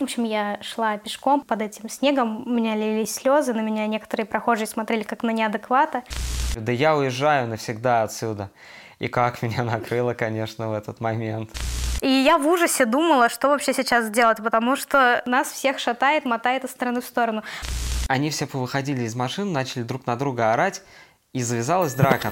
В общем, я шла пешком под этим снегом, у меня лились слезы, на меня некоторые прохожие смотрели как на неадеквата. Да я уезжаю навсегда отсюда. И как меня накрыло, конечно, в этот момент. И я в ужасе думала, что вообще сейчас сделать, потому что нас всех шатает, мотает из стороны в сторону. Они все повыходили из машин, начали друг на друга орать, и завязалась драка.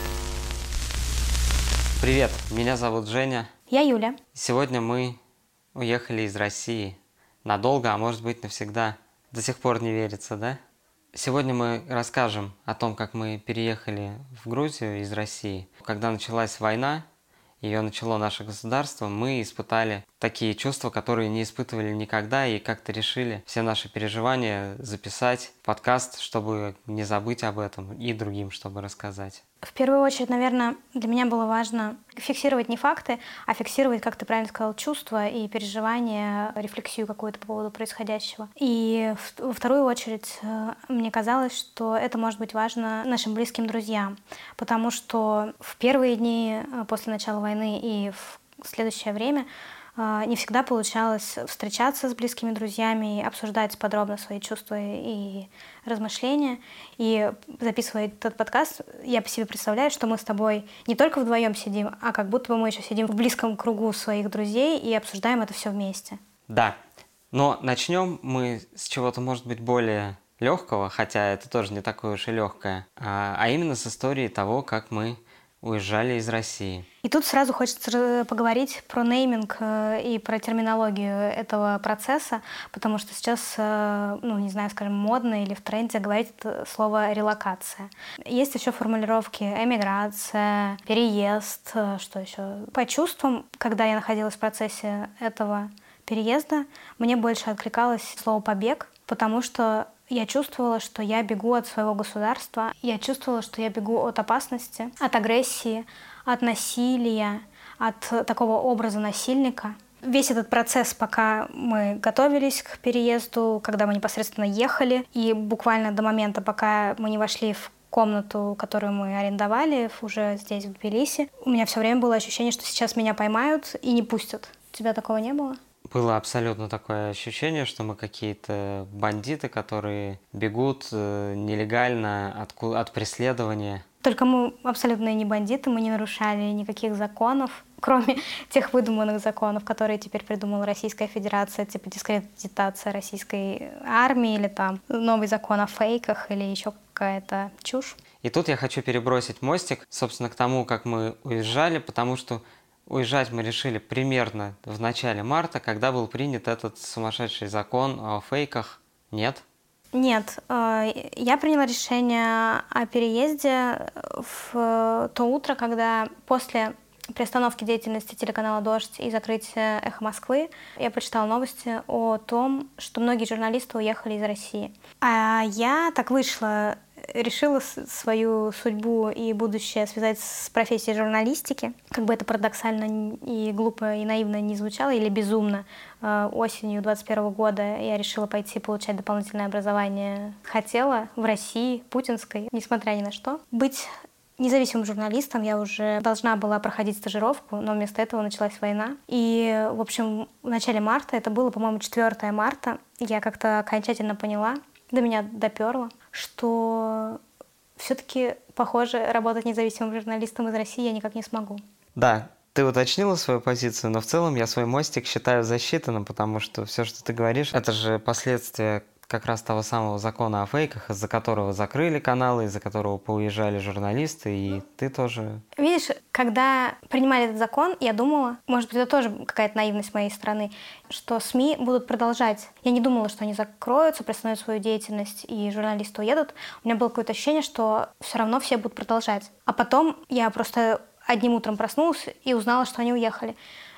Привет, меня зовут Женя. Я Юля. Сегодня мы уехали из России. Надолго, а может быть навсегда. До сих пор не верится, да? Сегодня мы расскажем о том, как мы переехали в Грузию из России. Когда началась война, ее начало наше государство, мы испытали такие чувства, которые не испытывали никогда, и как-то решили все наши переживания записать в подкаст, чтобы не забыть об этом, и другим, чтобы рассказать. В первую очередь, наверное, для меня было важно фиксировать не факты, а фиксировать, как ты правильно сказал, чувства и переживания, рефлексию какую-то по поводу происходящего. И во вторую очередь мне казалось, что это может быть важно нашим близким друзьям, потому что в первые дни после начала войны и в следующее время не всегда получалось встречаться с близкими друзьями и обсуждать подробно свои чувства и размышления. И записывая этот подкаст, я по себе представляю, что мы с тобой не только вдвоем сидим, а как будто бы мы еще сидим в близком кругу своих друзей и обсуждаем это все вместе. Да, но начнем мы с чего-то, может быть, более легкого, хотя это тоже не такое уж и легкое, а именно с истории того, как мы уезжали из России. И тут сразу хочется поговорить про нейминг и про терминологию этого процесса, потому что сейчас, не знаю, скажем, модно или в тренде говорить это слово «релокация». Есть еще формулировки «эмиграция», «переезд», что еще. По чувствам, когда я находилась в процессе этого переезда, мне больше откликалось слово «побег», потому что я чувствовала, что я бегу от своего государства, я чувствовала, что я бегу от опасности, от агрессии, от насилия, от такого образа насильника. Весь этот процесс, пока мы готовились к переезду, когда мы непосредственно ехали, и буквально до момента, пока мы не вошли в комнату, которую мы арендовали уже здесь, в Тбилиси, у меня все время было ощущение, что сейчас меня поймают и не пустят. У тебя такого не было? Было абсолютно такое ощущение, что мы какие-то бандиты, которые бегут нелегально от преследования. Только мы абсолютно не бандиты, мы не нарушали никаких законов, кроме тех выдуманных законов, которые теперь придумала Российская Федерация, типа дискредитация российской армии или там новый закон о фейках или еще какая-то чушь. И тут я хочу перебросить мостик, собственно, к тому, как мы уезжали, потому что уезжать мы решили примерно в начале марта, когда был принят этот сумасшедший закон о фейках. Нет? Нет, я приняла решение о переезде в то утро, когда после приостановки деятельности телеканала «Дождь» и закрытия «Эхо Москвы» я прочитала новости о том, что многие журналисты уехали из России. А я так вышла, решила свою судьбу и будущее связать с профессией журналистики. Как бы это парадоксально и глупо, и наивно не звучало, или безумно. Осенью 2021 года я решила пойти получать дополнительное образование. Хотела в России, путинской, несмотря ни на что. Быть независимым журналистом я уже должна была проходить стажировку, но вместо этого началась война. И, в общем, в начале марта, это было, по-моему, 4 марта, я как-то окончательно поняла, до меня доперло, что все-таки, похоже, работать независимым журналистом из России я никак не смогу. Да, ты уточнила свою позицию, но в целом я свой мостик считаю засчитанным, потому что все, что ты говоришь, это же последствия как раз того самого закона о фейках, из-за которого закрыли каналы, из-за которого поуезжали журналисты, и ты тоже... Видишь, когда принимали этот закон, я думала, может быть, это тоже какая-то наивность с моей стороны, что СМИ будут продолжать. Я не думала, что они закроются, приостановят свою деятельность, и журналисты уедут. У меня было какое-то ощущение, что все равно все будут продолжать. А потом я просто одним утром проснулась и узнала, что они уехали.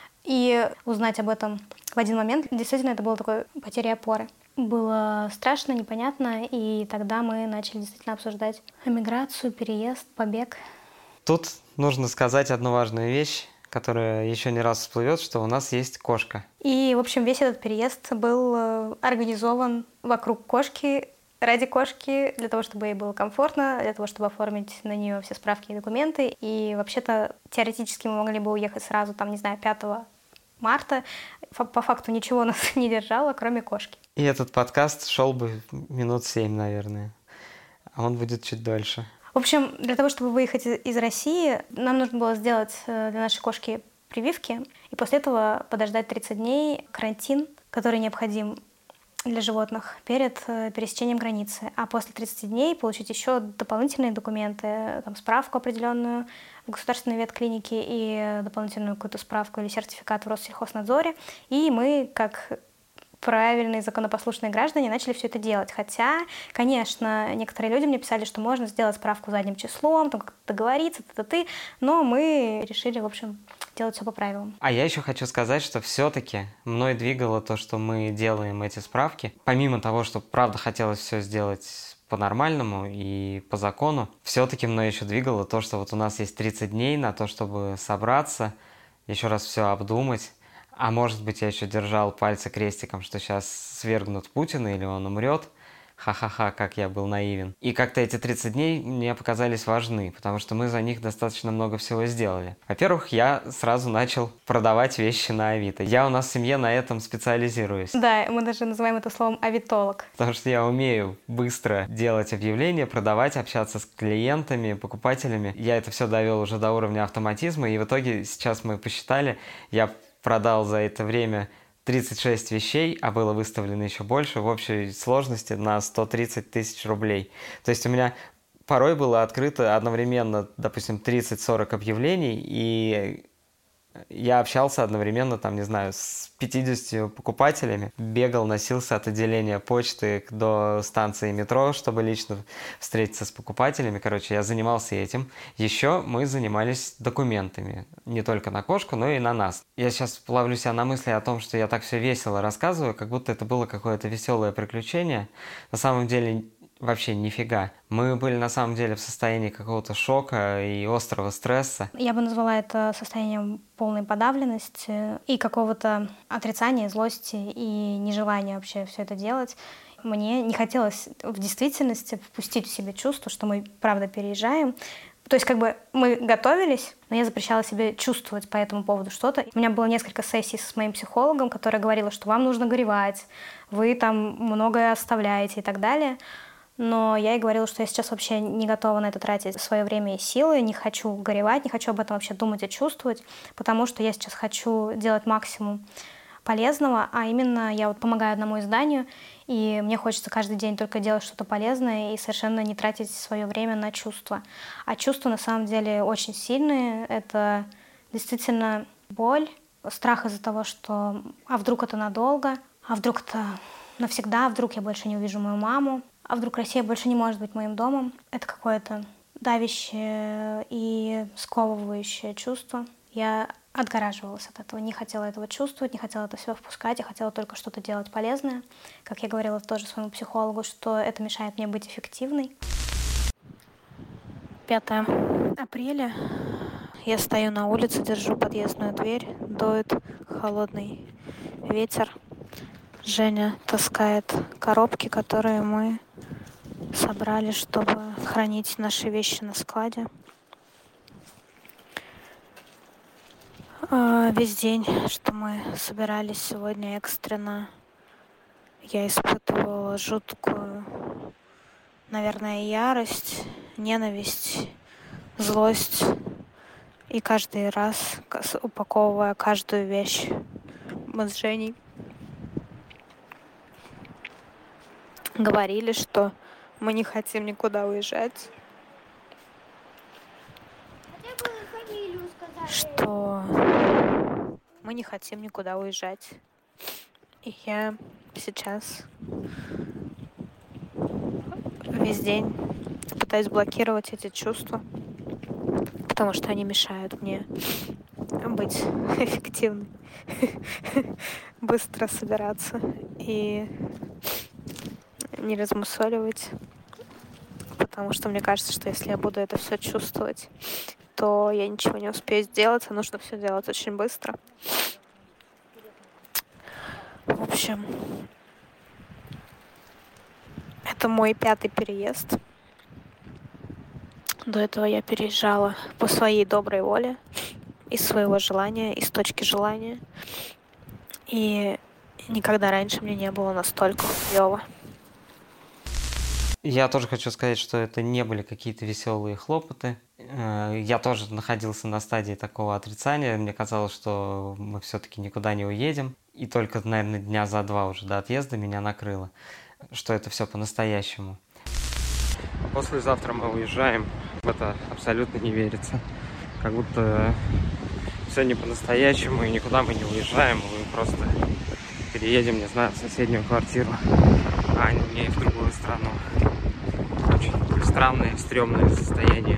И узнать об этом в один момент, действительно, это было такой потерей опоры. Было страшно, непонятно, и тогда мы начали действительно обсуждать эмиграцию, переезд, побег. Тут нужно сказать одну важную вещь, которая еще не раз всплывет, что у нас есть кошка. И, в общем, весь этот переезд был организован вокруг кошки, ради кошки, для того, чтобы ей было комфортно, для того, чтобы оформить на нее все справки и документы. И вообще-то теоретически мы могли бы уехать сразу, там, не знаю, 5 марта. По факту ничего нас не держало, кроме кошки. И этот подкаст шел бы минут 7, наверное. А он будет чуть дольше. В общем, для того, чтобы выехать из России, нам нужно было сделать для нашей кошки прививки, и после этого подождать 30 дней карантин, который необходим для животных перед пересечением границы. А после 30 дней получить еще дополнительные документы, там, справку определенную в государственной ветклинике и дополнительную какую-то справку или сертификат в Россельхознадзоре. И мы, как правильные законопослушные граждане, начали все это делать. Хотя, конечно, некоторые люди мне писали, что можно сделать справку задним числом, там как-то договориться, но мы решили, в общем, делать все по правилам. А я еще хочу сказать, что все-таки мной двигало то, что мы делаем эти справки. Помимо того, что правда хотелось все сделать по-нормальному и по закону, все-таки мной еще двигало то, что вот у нас есть 30 дней на то, чтобы собраться, еще раз все обдумать. А может быть, я еще держал пальцы крестиком, что сейчас свергнут Путина или он умрет. Ха-ха-ха, как я был наивен. И как-то эти 30 дней мне показались важны, потому что мы за них достаточно много всего сделали. Во-первых, я сразу начал продавать вещи на Авито. Я у нас в семье на этом специализируюсь. Да, мы даже называем это словом авитолог. Потому что я умею быстро делать объявления, продавать, общаться с клиентами, покупателями. Я это все довел уже до уровня автоматизма, и в итоге сейчас мы посчитали, я продал за это время 36 вещей, а было выставлено еще больше, в общей сложности на 130 тысяч рублей. То есть у меня порой было открыто одновременно, допустим, 30-40 объявлений, и я общался одновременно, там, не знаю, с 50 покупателями, бегал, носился от отделения почты до станции метро, чтобы лично встретиться с покупателями. Короче, я занимался этим. Еще мы занимались документами. Не только на кошку, но и на нас. Я сейчас ловлю себя на мысли о том, что я так все весело рассказываю, как будто это было какое-то веселое приключение. На самом деле вообще нифига. Мы были на самом деле в состоянии какого-то шока и острого стресса. Я бы назвала это состоянием полной подавленности и какого-то отрицания, злости и нежелания вообще все это делать. Мне не хотелось в действительности впустить в себе чувство, что мы правда переезжаем. То есть как бы мы готовились, но я запрещала себе чувствовать по этому поводу что-то. У меня было несколько сессий с моим психологом, которая говорила, что вам нужно горевать, вы там многое оставляете и так далее. Но я ей говорила, что я сейчас вообще не готова на это тратить свое время и силы, не хочу горевать, не хочу об этом вообще думать и чувствовать, потому что я сейчас хочу делать максимум полезного, а именно я вот помогаю одному изданию, и мне хочется каждый день только делать что-то полезное и совершенно не тратить свое время на чувства. А чувства на самом деле очень сильные, это действительно боль, страх из-за того, что а вдруг это надолго, а вдруг это навсегда, а вдруг я больше не увижу мою маму, а вдруг Россия больше не может быть моим домом. Это какое-то давящее и сковывающее чувство. Я отгораживалась от этого, не хотела этого чувствовать, не хотела это все впускать, я хотела только что-то делать полезное. Как я говорила тоже своему психологу, что это мешает мне быть эффективной. 5 апреля. Я стою на улице, держу подъездную дверь, дует холодный ветер. Женя таскает коробки, которые мы собрали, чтобы хранить наши вещи на складе. Весь день, что мы собирались сегодня экстренно, я испытывала жуткую, наверное, ярость, ненависть, злость. И каждый раз, упаковывая каждую вещь, мы с Женей говорили, что мы не хотим никуда уезжать, что мы не хотим никуда уезжать. И я сейчас весь день пытаюсь блокировать эти чувства, потому что они мешают мне быть эффективной, быстро собираться и не размусоливать, потому что мне кажется, что если я буду это все чувствовать, то я ничего не успею сделать, а нужно все делать очень быстро. В общем, это мой 5-й переезд. До этого я переезжала по своей доброй воле. из своего желания, из точки желания. И никогда раньше мне не было настолько клёво. Я тоже хочу сказать, что это не были какие-то веселые хлопоты. Я тоже находился на стадии такого отрицания. Мне казалось, что мы все-таки никуда не уедем. И только, наверное, дня за 2 уже до отъезда меня накрыло, что это все по-настоящему. Послезавтра мы уезжаем. В это абсолютно не верится. Как будто все не по-настоящему, и никуда мы не уезжаем. Мы просто переедем, не знаю, в соседнюю квартиру, а не в другую страну. Очень странное, стрёмное состояние.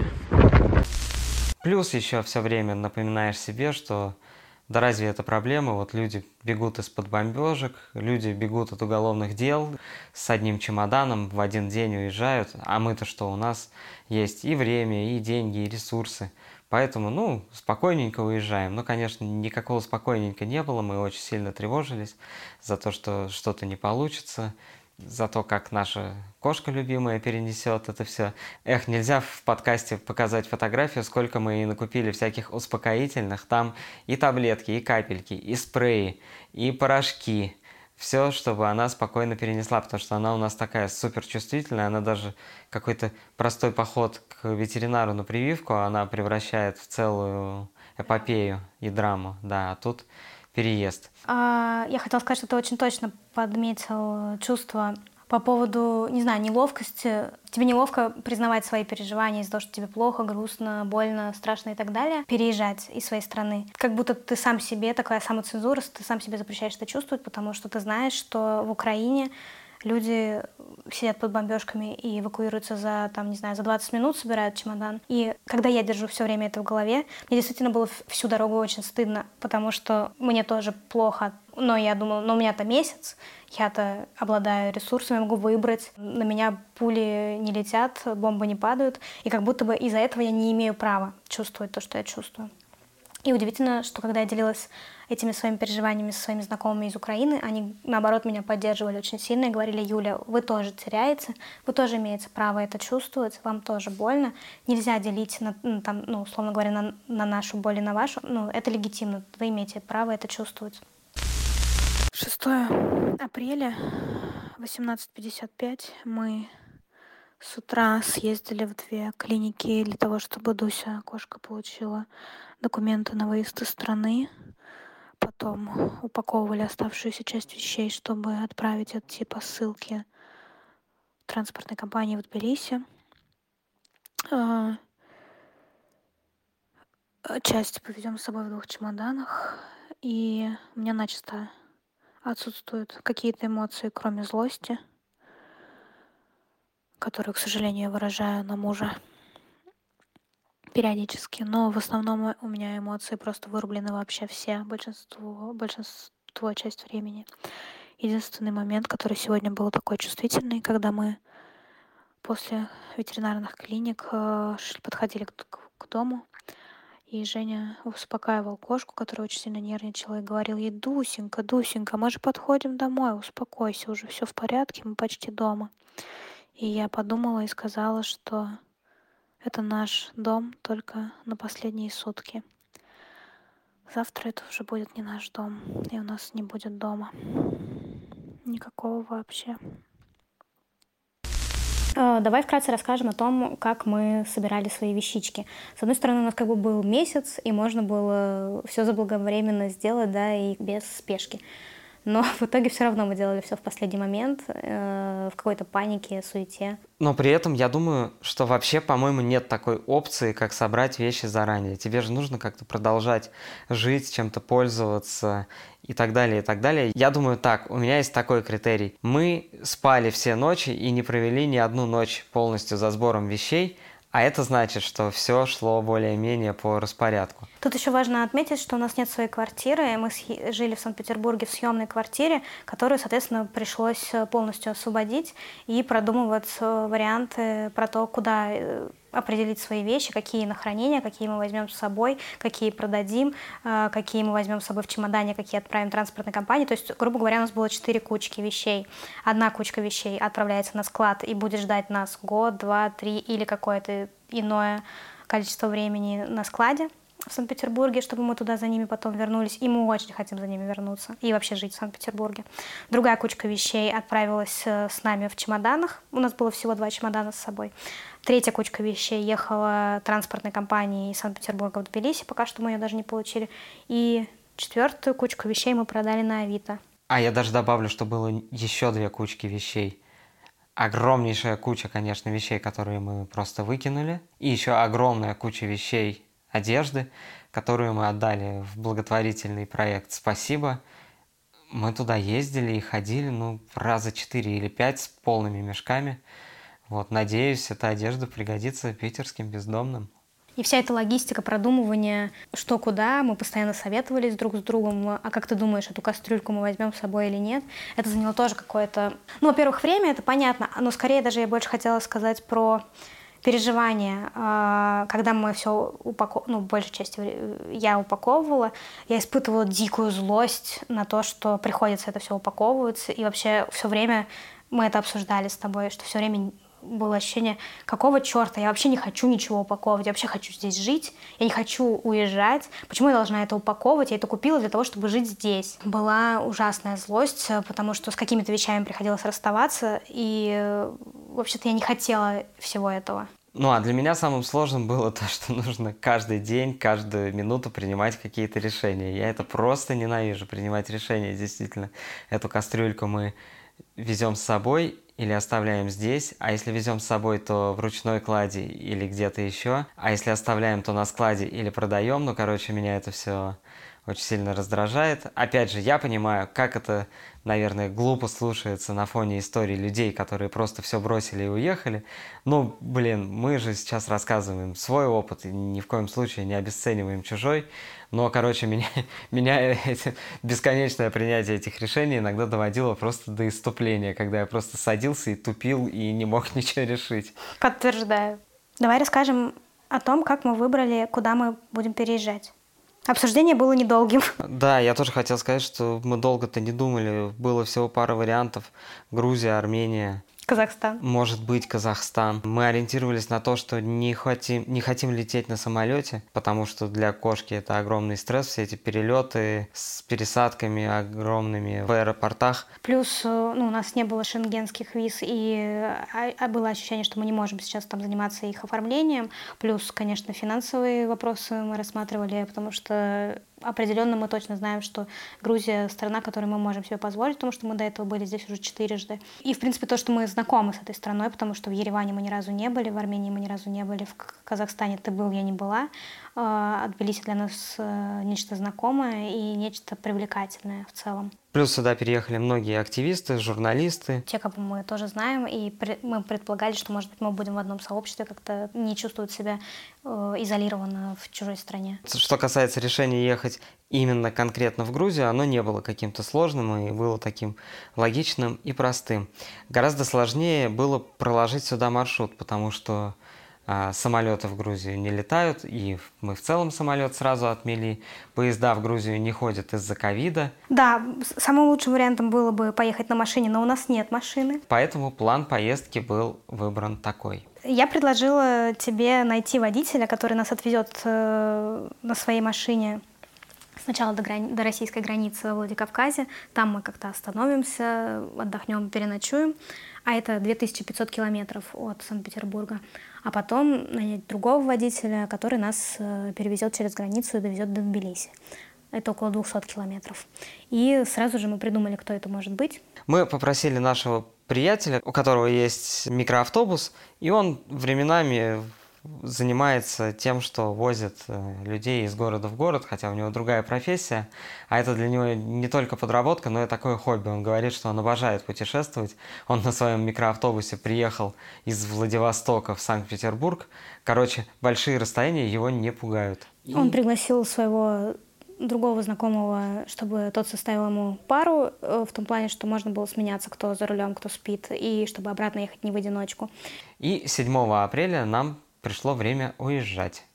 Плюс еще все время напоминаешь себе, что да разве это проблема? Вот люди бегут из-под бомбежек, люди бегут от уголовных дел, с одним чемоданом в один день уезжают, а мы-то что, у нас есть и время, и деньги, и ресурсы. Поэтому, спокойненько уезжаем. Но, конечно, никакого спокойненько не было, мы очень сильно тревожились за то, что что-то не получится, за то, как наша кошка любимая перенесет это все. Нельзя в подкасте показать фотографию, сколько мы накупили всяких успокоительных. Там и таблетки, и капельки, и спреи, и порошки. Все, чтобы она спокойно перенесла, потому что она у нас такая суперчувствительная, она даже какой-то простой поход к ветеринару на прививку она превращает в целую эпопею и драму, да, а тут переезд. Я хотела сказать, что ты очень точно подметил чувство по поводу, не знаю, неловкости. Тебе неловко признавать свои переживания из-за того, что тебе плохо, грустно, больно, страшно и так далее. Переезжать из своей страны. Как будто ты сам себе, такая самоцензура, ты сам себе запрещаешь это чувствовать, потому что ты знаешь, что в Украине люди сидят под бомбежками и эвакуируются за 20 минут, собирают чемодан. И когда я держу все время это в голове, мне действительно было всю дорогу очень стыдно, потому что мне тоже плохо. Но я думала, у меня-то месяц, я-то обладаю ресурсами, могу выбрать, на меня пули не летят, бомбы не падают, и как будто бы из-за этого я не имею права чувствовать то, что я чувствую. И удивительно, что когда я делилась этими своими переживаниями со своими знакомыми из Украины, они, наоборот, меня поддерживали очень сильно и говорили: Юля, вы тоже теряете, вы тоже имеете право это чувствовать, вам тоже больно. Нельзя делить, условно говоря, на нашу боль и на вашу. Это легитимно, вы имеете право это чувствовать. 6 апреля, 18:55, мы с утра съездили в 2 клиники для того, чтобы Дуся, кошка, получила документы на выезд из страны. Потом упаковывали оставшуюся часть вещей, чтобы отправить эти посылки транспортной компании в Тбилиси. Часть повезем с собой в 2 чемоданах. И у меня начисто отсутствуют какие-то эмоции, кроме злости, которую, к сожалению, я выражаю на мужа периодически. Но в основном у меня эмоции просто вырублены вообще все, большинство часть времени. Единственный момент, который сегодня был такой чувствительный, когда мы после ветеринарных клиник подходили к дому, и Женя успокаивал кошку, которая очень сильно нервничала, и говорил ей: Дусенька, Дусенька, мы же подходим домой, успокойся, уже все в порядке, мы почти дома. И я подумала и сказала, что это наш дом только на последние сутки. Завтра это уже будет не наш дом, и у нас не будет дома. Никакого вообще. Давай вкратце расскажем о том, как мы собирали свои вещички. С одной стороны, у нас был месяц, и можно было все заблаговременно сделать, да, и без спешки. Но в итоге все равно мы делали все в последний момент, в какой-то панике, суете. Но при этом я думаю, что вообще, по-моему, нет такой опции, как собрать вещи заранее. Тебе же нужно как-то продолжать жить, чем-то пользоваться и так далее, и так далее. Я думаю так, у меня есть такой критерий. Мы спали все ночи и не провели ни одну ночь полностью за сбором вещей, а это значит, что все шло более-менее по распорядку. Тут еще важно отметить, что у нас нет своей квартиры. Мы жили в Санкт-Петербурге в съемной квартире, которую, соответственно, пришлось полностью освободить и продумывать варианты про то, куда определить свои вещи, какие на хранение, какие мы возьмем с собой, какие продадим, какие мы возьмем с собой в чемодане, какие отправим транспортной компании. То есть, грубо говоря, у нас было 4 кучки вещей. Одна кучка вещей отправляется на склад и будет ждать нас год, 2, 3 или какое-то иное количество времени на складе. в Санкт-Петербурге, чтобы мы туда за ними потом вернулись. И мы очень хотим за ними вернуться и вообще жить в Санкт-Петербурге. Другая кучка вещей отправилась с нами в чемоданах. У нас было всего 2 чемодана с собой. Третья кучка вещей ехала транспортной компанией из Санкт-Петербурга в Тбилиси, пока что мы ее даже не получили. И 4-ю кучку вещей мы продали на Авито. А я даже добавлю, что было еще 2 кучки вещей. Огромнейшая куча, конечно, вещей, которые мы просто выкинули. И еще огромная куча вещей, одежды, которую мы отдали в благотворительный проект «Спасибо». Мы туда ездили и ходили, раза 4 или 5 с полными мешками. Вот, надеюсь, эта одежда пригодится питерским бездомным. И вся эта логистика, продумывание, что куда, мы постоянно советовались друг с другом. А как ты думаешь, эту кастрюльку мы возьмем с собой или нет? Это заняло тоже какое-то... во-первых, время, это понятно, но скорее даже я больше хотела сказать про переживания. Когда мы все большей частью я упаковывала, я испытывала дикую злость на то, что приходится это все упаковывать. И вообще все время мы это обсуждали с тобой, что все время было ощущение, какого черта, я вообще не хочу ничего упаковывать, я вообще хочу здесь жить, я не хочу уезжать, почему я должна это упаковывать, я это купила для того, чтобы жить здесь. Была ужасная злость, потому что с какими-то вещами приходилось расставаться, и вообще-то я не хотела всего этого. А для меня самым сложным было то, что нужно каждый день, каждую минуту принимать какие-то решения. Я это просто ненавижу, принимать решения, действительно. Эту кастрюльку мы везем с собой или оставляем здесь, а если везем с собой, то в ручной кладе или где-то еще, а если оставляем, то на складе или продаем. Меня это все очень сильно раздражает. Опять же, я понимаю, как это, наверное, глупо слушается на фоне истории людей, которые просто все бросили и уехали. Мы же сейчас рассказываем свой опыт и ни в коем случае не обесцениваем чужой. Но, меня это бесконечное принятие этих решений иногда доводило просто до исступления, когда я просто садился и тупил и не мог ничего решить. Подтверждаю. Давай расскажем о том, как мы выбрали, куда мы будем переезжать. Обсуждение было недолгим. Да, я тоже хотел сказать, что мы долго-то не думали. Было всего пара вариантов. Грузия, Армения. Казахстан. Может быть, Казахстан. Мы ориентировались на то, что не хотим лететь на самолете, потому что для кошки это огромный стресс, все эти перелеты с пересадками огромными в аэропортах. Плюс у нас не было шенгенских виз, и было ощущение, что мы не можем сейчас там заниматься их оформлением. Плюс, конечно, финансовые вопросы мы рассматривали, потому что определенно мы точно знаем, что Грузия — страна, которую мы можем себе позволить, потому что мы до этого были здесь уже 4-жды. И, в принципе, то, что мы знакомы с этой страной, потому что в Ереване мы ни разу не были, в Армении мы ни разу не были, в Казахстане ты был, я не была. Тбилиси для нас нечто знакомое и нечто привлекательное в целом. Плюс сюда переехали многие активисты, журналисты. Те, кого мы тоже знаем, и мы предполагали, что, может быть, мы будем в одном сообществе, как-то не чувствовать себя изолированно в чужой стране. Что касается решения ехать именно конкретно в Грузию, оно не было каким-то сложным и было таким логичным и простым. Гораздо сложнее было проложить сюда маршрут, потому что самолеты в Грузию не летают, и мы в целом самолет сразу отмели. Поезда в Грузию не ходят из-за ковида. Да, самым лучшим вариантом было бы поехать на машине, но у нас нет машины. Поэтому план поездки был выбран такой. Я предложила тебе найти водителя, который нас отвезет на своей машине сначала до российской границы во Владикавказе. Там мы как-то остановимся, отдохнем, переночуем. А это 2500 километров от Санкт-Петербурга. А потом нанять другого водителя, который нас перевезет через границу и довезет до Тбилиси. Это около 200 километров. И сразу же мы придумали, кто это может быть. Мы попросили нашего приятеля, у которого есть микроавтобус, и он временами занимается тем, что возит людей из города в город, хотя у него другая профессия, а это для него не только подработка, но и такое хобби. Он говорит, что он обожает путешествовать. Он на своем микроавтобусе приехал из Владивостока в Санкт-Петербург. Большие расстояния его не пугают. Он пригласил своего другого знакомого, чтобы тот составил ему пару, в том плане, что можно было сменяться, кто за рулем, кто спит, и чтобы обратно ехать не в одиночку. И 7 апреля нам пришло время уезжать.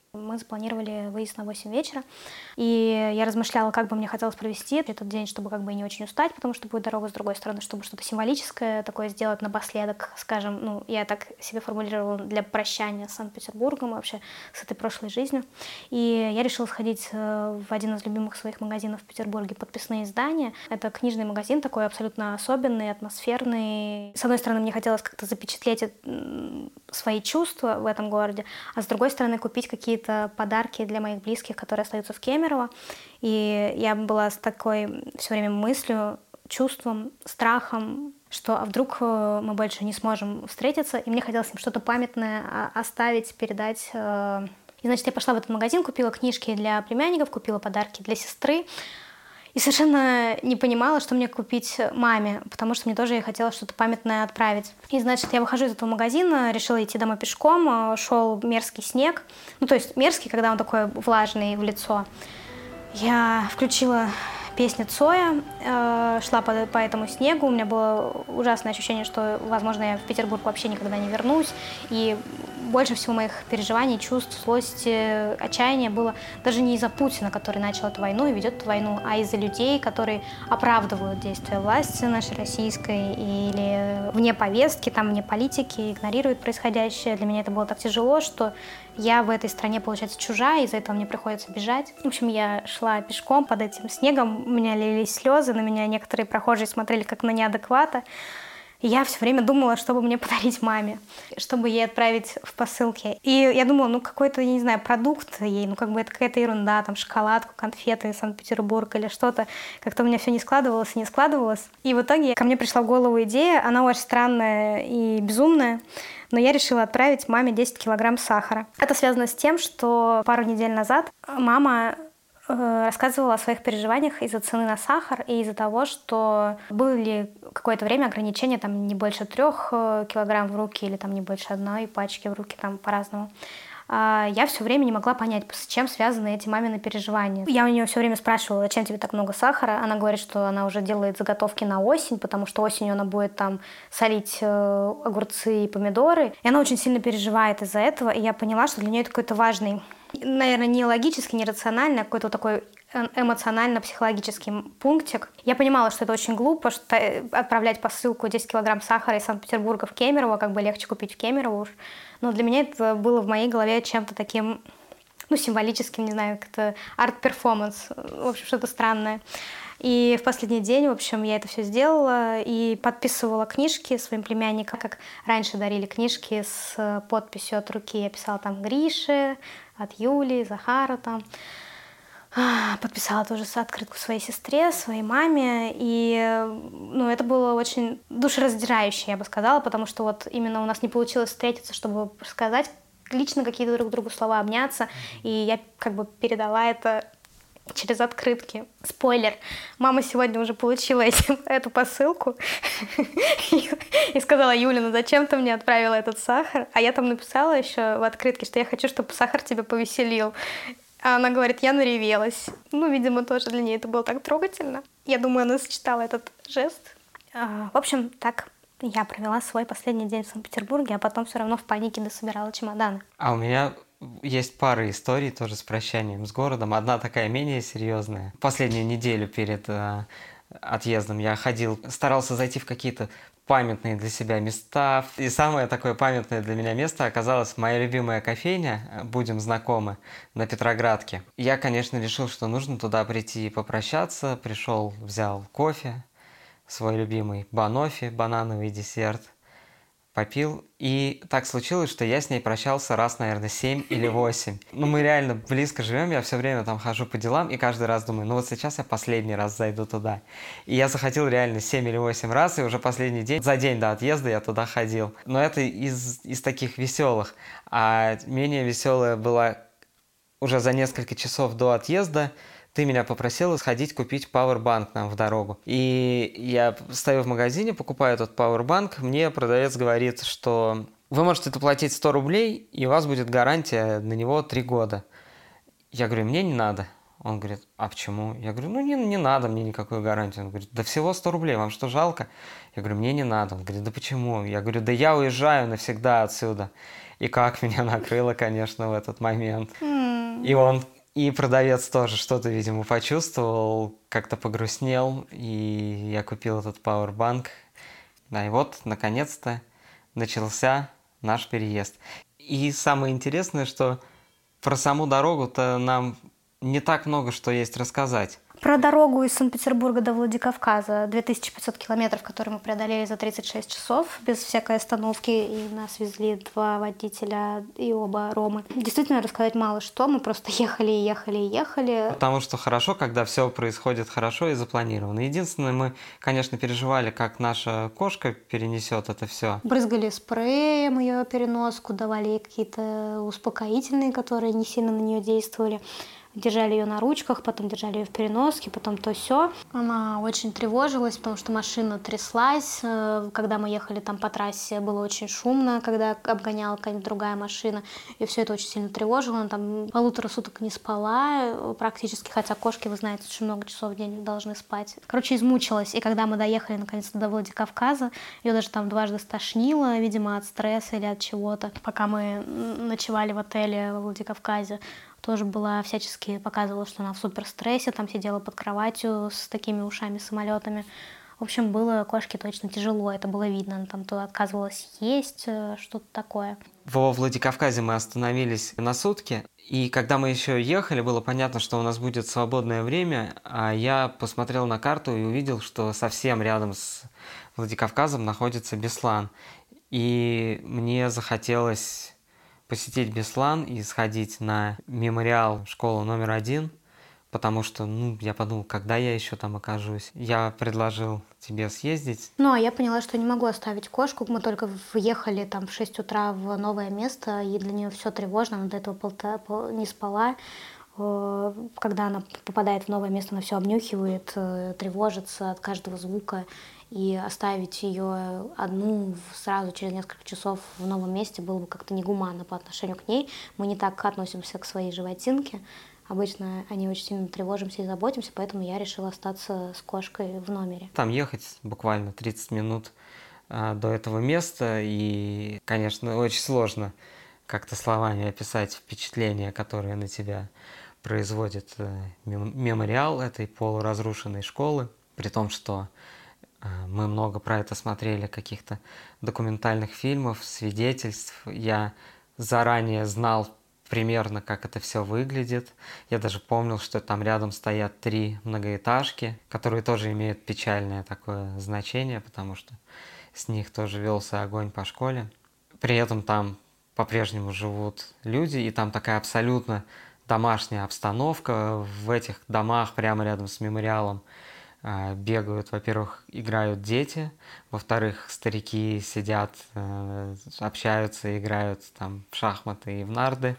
Мы запланировали выезд на 8 вечера, и я размышляла, как бы мне хотелось провести этот день, чтобы как бы и не очень устать, потому что будет дорога с другой стороны, чтобы что-то символическое такое сделать напоследок, скажем, ну, я так себе формулировала для прощания с Санкт-Петербургом, вообще с этой прошлой жизнью. И я решила сходить в один из любимых своих магазинов в Петербурге, «Подписные издания». Это книжный магазин, такой абсолютно особенный, атмосферный. С одной стороны, мне хотелось как-то запечатлеть свои чувства в этом городе, а с другой стороны, купить какие-то подарки для моих близких, которые остаются в Кемерово. И я была с такой все время мыслью, чувством, страхом, что а вдруг мы больше не сможем встретиться, и мне хотелось им что-то памятное оставить, передать. И, значит, я пошла в этот магазин, купила книжки для племянников, купила подарки для сестры. И совершенно не понимала, что мне купить маме, потому что мне тоже я хотела что-то памятное отправить. И, значит, я выхожу из этого магазина, решила идти домой пешком, шел мерзкий снег. Ну, то есть мерзкий, когда он такой влажный в лицо. Я включила песню Цоя, шла по этому снегу. У меня было ужасное ощущение, что, возможно, я в Петербург вообще никогда не вернусь. И больше всего моих переживаний, чувств, злости, отчаяния было даже не из-за Путина, который начал эту войну и ведет эту войну, а из-за людей, которые оправдывают действия власти нашей российской или вне повестки, там, вне политики, игнорируют происходящее. Для меня это было так тяжело, что я в этой стране, получается, чужая, из-за этого мне приходится бежать. В общем, я шла пешком под этим снегом, у меня лились слезы, на меня некоторые прохожие смотрели как на неадеквата. И я все время думала, что бы мне подарить маме, чтобы ей отправить в посылке. И я думала, ну какой-то, я не знаю, продукт ей, ну как бы это какая-то ерунда, там шоколадку, конфеты, Санкт-Петербург или что-то. Как-то у меня все не складывалось и не складывалось. И в итоге ко мне пришла в голову идея, она очень странная и безумная, но я решила отправить маме 10 килограмм сахара. Это связано с тем, что пару недель назад мама рассказывала о своих переживаниях из-за цены на сахар и из-за того, что были какое-то время ограничения, там не больше 3 килограмм в руки или там не больше 1 пачки в руки, там по-разному. Я все время не могла понять, с чем связаны эти мамины переживания. Я у нее все время спрашивала, зачем тебе так много сахара. Она говорит, что она уже делает заготовки на осень, потому что осенью она будет там солить огурцы и помидоры. И она очень сильно переживает из-за этого. И я поняла, что для нее это какой-то важный, наверное, не логически, не рационально, а какой-то такой эмоционально-психологический пунктик. Я понимала, что это очень глупо, что отправлять посылку 10 килограмм сахара из Санкт-Петербурга в Кемерово, как бы легче купить в Кемерово уж. Но для меня это было в моей голове чем-то таким, ну, символическим, не знаю, как-то арт-перформанс, в общем, что-то странное. И в последний день, в общем, я это все сделала и подписывала книжки своим племянникам, как раньше дарили книжки с подписью от руки. Я писала там Грише, от Юли, Захару там. Подписала тоже открытку своей сестре, своей маме. И ну, это было очень душераздирающе, я бы сказала, потому что вот именно у нас не получилось встретиться, чтобы сказать лично какие-то друг другу слова, обняться. И я как бы передала это через открытки. Спойлер. Мама сегодня уже получила эту посылку и сказала: Юля, ну зачем ты мне отправила этот сахар? А я там написала еще в открытке, что я хочу, чтобы сахар тебя повеселил. А она говорит: я наревелась. Ну, видимо, тоже для нее это было так трогательно. Я думаю, она сочетала этот жест. В общем, так я провела свой последний день в Санкт-Петербурге, а потом все равно в панике дособирала чемоданы. А у меня есть пара историй тоже с прощанием с городом. Одна такая менее серьезная. Последнюю неделю перед отъездом я старался зайти в какие-то памятные для себя места. И самое такое памятное для меня место оказалось моя любимая кофейня «Будем знакомы» на Петроградке. Я, конечно, решил, что нужно туда прийти и попрощаться. Пришел, взял кофе, свой любимый банофи, банановый десерт, попил. И так случилось, что я с ней прощался раз, наверное, 7 или 8. Ну, мы реально близко живем, я все время там хожу по делам, и каждый раз думаю, ну вот сейчас я последний раз зайду туда. И я заходил реально 7 или 8 раз, и уже последний день, за день до отъезда я туда ходил. Но это из таких веселых. А менее веселая была уже за несколько часов до отъезда. Ты меня попросила сходить купить пауэрбанк нам в дорогу. И я стою в магазине, покупаю этот пауэрбанк. Мне продавец говорит, что вы можете доплатить 100 рублей, и у вас будет гарантия на него 3 года. Я говорю, мне не надо. Он говорит, а почему? Я говорю, ну не надо мне никакой гарантии. Он говорит, да всего 100 рублей, вам что, жалко? Я говорю, мне не надо. Он говорит, да почему? Я говорю, да я уезжаю навсегда отсюда. И как меня накрыло, конечно, в этот момент. И продавец тоже что-то, видимо, почувствовал, как-то погрустнел, и я купил этот пауэрбанк. Да, и вот, наконец-то, начался наш переезд. И самое интересное, что про саму дорогу-то нам не так много что есть рассказать. Про дорогу из Санкт-Петербурга до Владикавказа, 2500 километров, которые мы преодолели за 36 часов, без всякой остановки, и нас везли 2 водителя, и оба ромы. Действительно, рассказать мало что, мы просто ехали. Потому что хорошо, когда все происходит хорошо и запланировано. Единственное, мы, конечно, переживали, как наша кошка перенесет это все. Брызгали спреем ее переноску, давали ей какие-то успокоительные, которые не сильно на нее действовали. Держали ее на ручках, потом держали ее в переноске, потом то сё. Она очень тревожилась, потому что машина тряслась. Когда мы ехали там по трассе, было очень шумно, когда обгоняла какая-нибудь другая машина. И все это очень сильно тревожило. Она там 1,5 суток не спала практически, хотя кошки, вы знаете, очень много часов в день должны спать. Короче, измучилась. И когда мы доехали наконец-то до Владикавказа, ее даже там дважды стошнило, видимо, от стресса или от чего-то. Пока мы ночевали в отеле во Владикавказе, тоже была всячески показывала, что она в суперстрессе, там сидела под кроватью с такими ушами-самолетами. В общем, было кошке точно тяжело, это было видно. Она там то отказывалась есть, что-то такое. Во Владикавказе мы остановились на сутки, и когда мы еще ехали, было понятно, что у нас будет свободное время, а я посмотрел на карту и увидел, что совсем рядом с Владикавказом находится Беслан. И мне захотелось посетить Беслан и сходить на мемориал школы номер 1, потому что, я подумал, когда я еще там окажусь. Я предложил тебе съездить. Ну, а я поняла, что не могу оставить кошку. Мы только въехали там в 6 утра в новое место, и для нее все тревожно, она до этого не спала. Когда она попадает в новое место, она все обнюхивает, тревожится от каждого звука. И оставить ее одну сразу через несколько часов в новом месте было бы как-то негуманно по отношению к ней. Мы не так относимся к своей животинке. Обычно о ней очень сильно тревожимся и заботимся, поэтому я решила остаться с кошкой в номере. Там ехать буквально 30 минут до этого места, и, конечно, очень сложно как-то словами описать впечатления, которые на тебя производит мемориал этой полуразрушенной школы, при том, что мы много про это смотрели, каких-то документальных фильмов, свидетельств. Я заранее знал примерно, как это все выглядит. Я даже помнил, что там рядом стоят 3 многоэтажки, которые тоже имеют печальное такое значение, потому что с них тоже велся огонь по школе. При этом там по-прежнему живут люди, и там такая абсолютно домашняя обстановка. В этих домах прямо рядом с мемориалом бегают, во-первых, играют дети, во-вторых, старики сидят, общаются, играют там в шахматы и в нарды,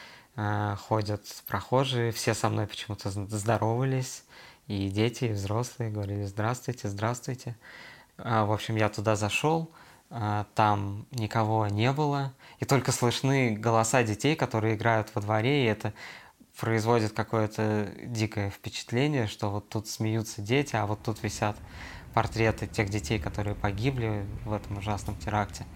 ходят прохожие, все со мной почему-то здоровались, и дети, и взрослые говорили «здравствуйте, здравствуйте». В общем, я туда зашел, там никого не было, и только слышны голоса детей, которые играют во дворе, и это производит какое-то дикое впечатление, что вот тут смеются дети, а вот тут висят портреты тех детей, которые погибли в этом ужасном теракте.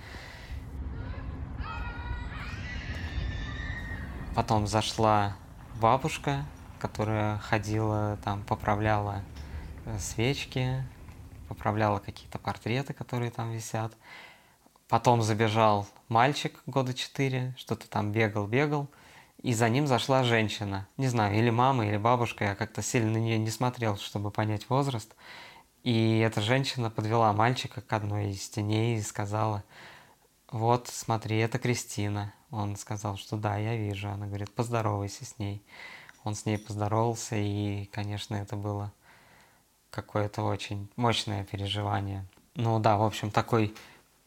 Потом зашла бабушка, которая ходила, там поправляла свечки, поправляла какие-то портреты, которые там висят. Потом забежал мальчик года 4, что-то там бегал, и за ним зашла женщина. Не знаю, или мама, или бабушка, я как-то сильно на нее не смотрел, чтобы понять возраст. И эта женщина подвела мальчика к одной из теней и сказала: «Вот, смотри, это Кристина». Он сказал, что да, я вижу. Она говорит: «Поздоровайся с ней». Он с ней поздоровался, и, конечно, это было какое-то очень мощное переживание. Ну да, в общем, такой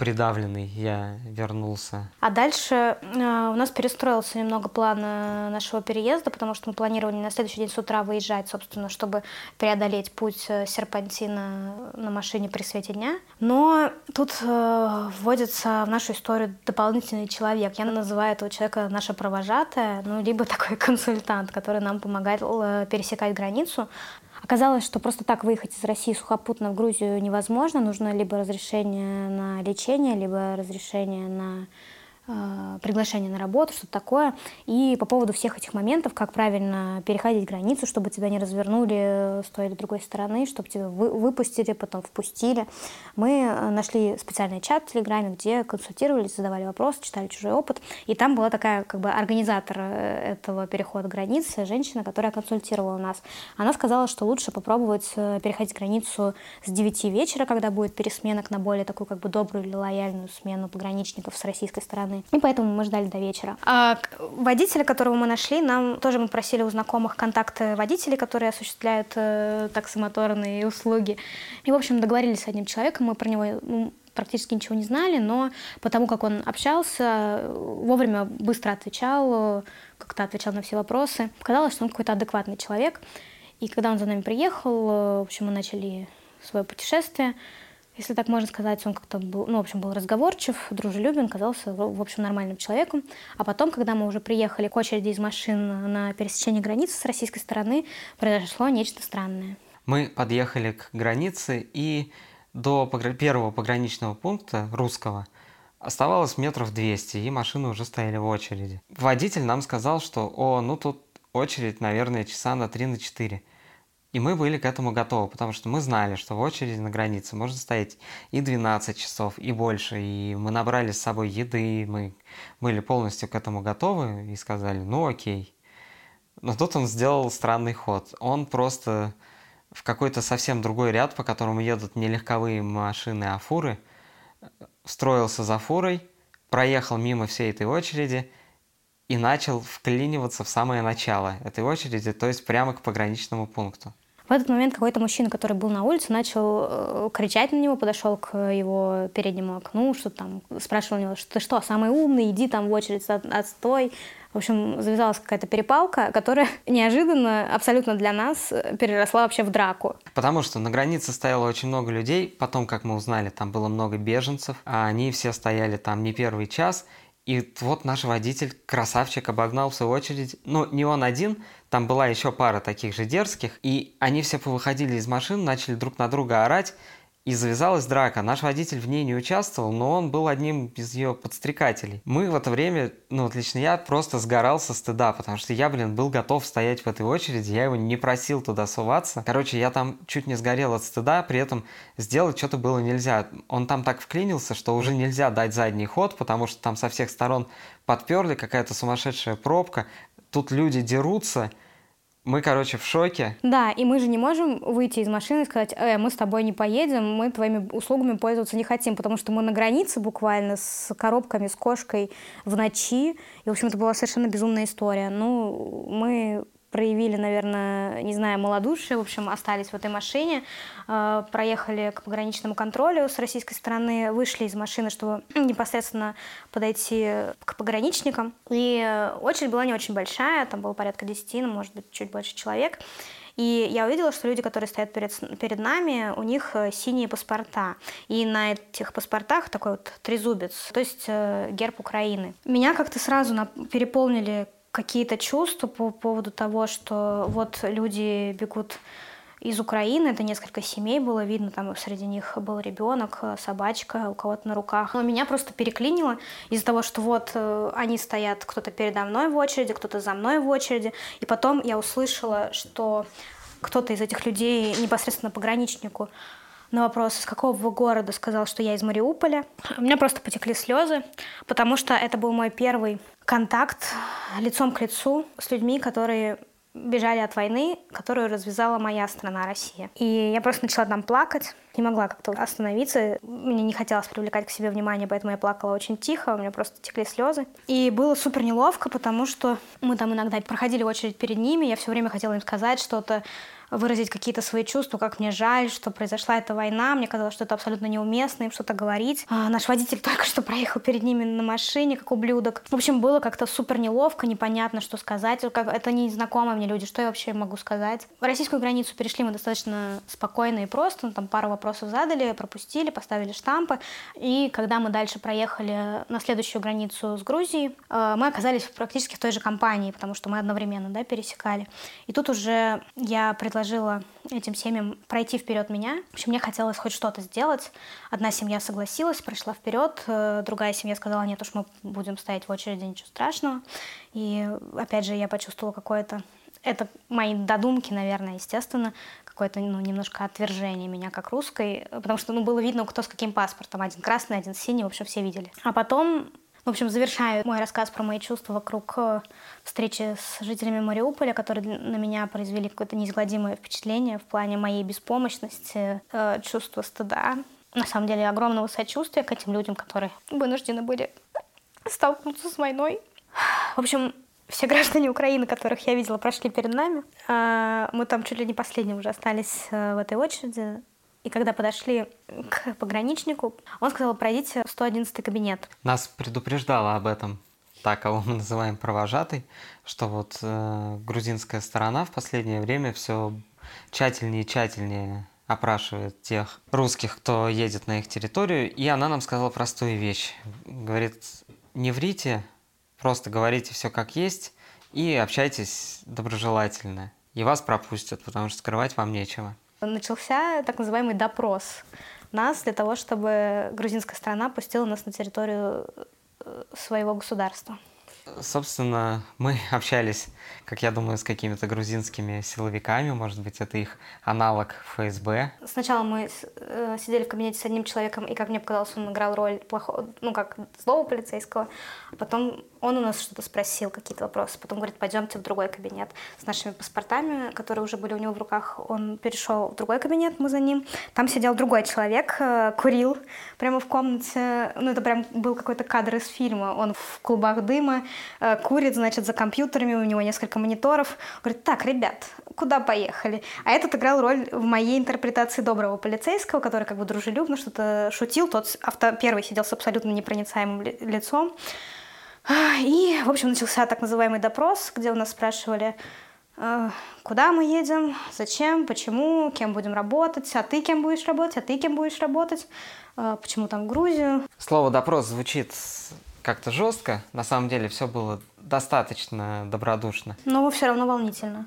придавленный, я вернулся. А дальше у нас перестроился немного план нашего переезда, потому что мы планировали на следующий день с утра выезжать, собственно, чтобы преодолеть путь серпантина на машине при свете дня. Но тут вводится в нашу историю дополнительный человек. Я называю этого человека наша провожатая, либо такой консультант, который нам помогает пересекать границу. Оказалось, что просто так выехать из России сухопутно в Грузию невозможно. Нужно либо разрешение на лечение, либо разрешение на приглашение на работу, что-то такое. И по поводу всех этих моментов, как правильно переходить границу, чтобы тебя не развернули с той или другой стороны, чтобы тебя выпустили, потом впустили. Мы нашли специальный чат в Телеграме, где консультировались, задавали вопросы, читали чужой опыт. И там была такая организатор этого перехода границы, женщина, которая консультировала нас. Она сказала, что лучше попробовать переходить границу с 9 вечера, когда будет пересменок на более такую добрую или лояльную смену пограничников с российской стороны. И поэтому мы ждали до вечера. А водителя, которого мы нашли, мы просили у знакомых контакты водителей, которые осуществляют таксомоторные услуги. И, в общем, договорились с одним человеком, мы про него практически ничего не знали, но потому как он общался, вовремя быстро отвечал, как-то отвечал на все вопросы. Показалось, что он какой-то адекватный человек. И когда он за нами приехал, в общем, мы начали свое путешествие. Если так можно сказать, он как-то был, был разговорчив, дружелюбен, казался, в общем, нормальным человеком. А потом, когда мы уже приехали к очереди из машин на пересечение границы с российской стороны, произошло нечто странное. Мы подъехали к границе, и до первого пограничного пункта русского оставалось 200 метров, и машины уже стояли в очереди. Водитель нам сказал, что тут очередь, наверное, часа на 3-4. И мы были к этому готовы, потому что мы знали, что в очереди на границе можно стоять и 12 часов, и больше. И мы набрали с собой еды, мы были полностью к этому готовы и сказали, окей. Но тут он сделал странный ход. Он просто в какой-то совсем другой ряд, по которому едут не легковые машины, а фуры, встроился за фурой, проехал мимо всей этой очереди и начал вклиниваться в самое начало этой очереди, то есть прямо к пограничному пункту. В этот момент какой-то мужчина, который был на улице, начал кричать на него, подошел к его переднему окну, спрашивал у него, ты что, самый умный, иди в очередь, отстой. В общем, завязалась какая-то перепалка, которая неожиданно, абсолютно для нас, переросла вообще в драку. Потому что на границе стояло очень много людей, потом, как мы узнали, там было много беженцев, а они все стояли там не первый час. И вот наш водитель, красавчик, обогнал в свою очередь. Не он один, там была еще пара таких же дерзких. И они все повыходили из машин, начали друг на друга орать. И завязалась драка. Наш водитель в ней не участвовал, но он был одним из ее подстрекателей. Мы в это время, лично я просто сгорал со стыда, потому что я, был готов стоять в этой очереди, я его не просил туда суваться. Короче, я там чуть не сгорел от стыда, при этом сделать что-то было нельзя. Он там так вклинился, что уже нельзя дать задний ход, потому что там со всех сторон подперли, какая-то сумасшедшая пробка. Тут люди дерутся. Мы, в шоке. Да, и мы же не можем выйти из машины и сказать, мы с тобой не поедем, мы твоими услугами пользоваться не хотим, потому что мы на границе буквально с коробками, с кошкой в ночи. И, в общем, это была совершенно безумная история. Мы проявили, наверное, не знаю, малодушие, в общем, остались в этой машине, проехали к пограничному контролю с российской стороны, вышли из машины, чтобы непосредственно подойти к пограничникам. И очередь была не очень большая, там было порядка 10, может быть, чуть больше человек. И я увидела, что люди, которые стоят перед нами, у них синие паспорта. И на этих паспортах такой трезубец, то есть герб Украины. Меня как-то сразу переполнили какие-то чувства по поводу того, что люди бегут из Украины, это несколько семей было видно, там среди них был ребенок, собачка, у кого-то на руках. Но меня просто переклинило из-за того, что они стоят, кто-то передо мной в очереди, кто-то за мной в очереди. И потом я услышала, что кто-то из этих людей непосредственно пограничнику на вопрос, из какого вы города, сказал, что я из Мариуполя. У меня просто потекли слезы, потому что это был мой первый контакт лицом к лицу с людьми, которые бежали от войны, которую развязала моя страна, Россия. И я просто начала там плакать, не могла как-то остановиться. Мне не хотелось привлекать к себе внимание, поэтому я плакала очень тихо, у меня просто текли слезы. И было супер неловко, потому что мы там иногда проходили очередь перед ними, я все время хотела им сказать что-то, выразить какие-то свои чувства, как мне жаль, что произошла эта война. Мне казалось, что это абсолютно неуместно им что-то говорить. Наш водитель только что проехал перед ними на машине, как ублюдок. В общем, было как-то супер неловко, непонятно, что сказать. Это незнакомые мне люди, что я вообще могу сказать. Российскую границу перешли мы достаточно спокойно и просто. Там пару вопросов задали, пропустили, поставили штампы. И когда мы дальше проехали на следующую границу с Грузией, мы оказались практически в той же компании, потому что мы одновременно пересекали. И тут уже я предложила этим семьям пройти вперед меня. В общем, мне хотелось хоть что-то сделать. Одна семья согласилась, прошла вперед, другая семья сказала, нет уж, мы будем стоять в очереди, ничего страшного. И опять же я почувствовала какое-то... Это мои додумки, наверное, естественно, какое-то немножко отвержение меня как русской, потому что было видно, кто с каким паспортом. Один красный, один синий, в общем, все видели. А потом, в общем, завершаю мой рассказ про мои чувства вокруг встречи с жителями Мариуполя, которые на меня произвели какое-то неизгладимое впечатление в плане моей беспомощности, чувства стыда. На самом деле, огромного сочувствия к этим людям, которые вынуждены были столкнуться с войной. В общем, все граждане Украины, которых я видела, прошли перед нами. Мы там чуть ли не последним уже остались в этой очереди. И когда подошли к пограничнику, он сказал, пройдите в 111 кабинет. Нас предупреждала об этом та, кого мы называем провожатой, что вот грузинская сторона в последнее время все тщательнее и тщательнее опрашивает тех русских, кто едет на их территорию. И она нам сказала простую вещь. Говорит, не врите, просто говорите все как есть и общайтесь доброжелательно. И вас пропустят, потому что скрывать вам нечего. Начался так называемый допрос нас для того, чтобы грузинская страна пустила нас на территорию своего государства. Собственно, мы общались, как я думаю, с какими-то грузинскими силовиками, может быть, это их аналог ФСБ. Сначала мы сидели в кабинете с одним человеком, и, как мне показалось, он играл роль плохого, как злого полицейского. А потом он у нас что-то спросил, какие-то вопросы. Потом говорит, пойдемте в другой кабинет с нашими паспортами, которые уже были у него в руках. Он перешел в другой кабинет, мы за ним. Там сидел другой человек, курил прямо в комнате. Это прям был какой-то кадр из фильма. Он в клубах дыма, курит, значит, за компьютерами, у него несколько мониторов. Говорит, так, ребят, куда поехали? А этот играл роль в моей интерпретации доброго полицейского, который как бы дружелюбно что-то шутил. Тот первый сидел с абсолютно непроницаемым лицом. И, в общем, начался так называемый допрос, где у нас спрашивали, куда мы едем, зачем, почему, кем будем работать, а ты кем будешь работать, а ты кем будешь работать, почему там в Грузию. Слово «допрос» звучит как-то жестко. На самом деле все было достаточно добродушно. Но все равно волнительно.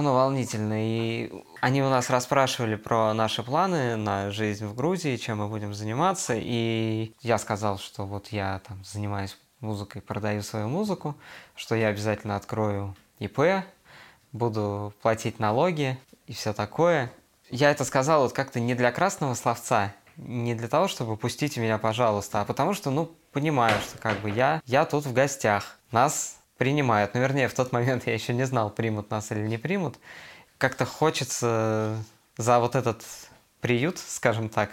И они у нас расспрашивали про наши планы на жизнь в Грузии, чем мы будем заниматься. И я сказал, что вот я там занимаюсь музыкой, продаю свою музыку, что я обязательно открою ИП, буду платить налоги и все такое. Я это сказал вот как-то не для красного словца, не для того, чтобы пустите меня, пожалуйста, а потому что, понимаю, что как бы я тут в гостях, нас принимают. Ну, вернее, в тот момент я еще не знал, примут нас или не примут. Как-то хочется за вот этот приют, скажем так,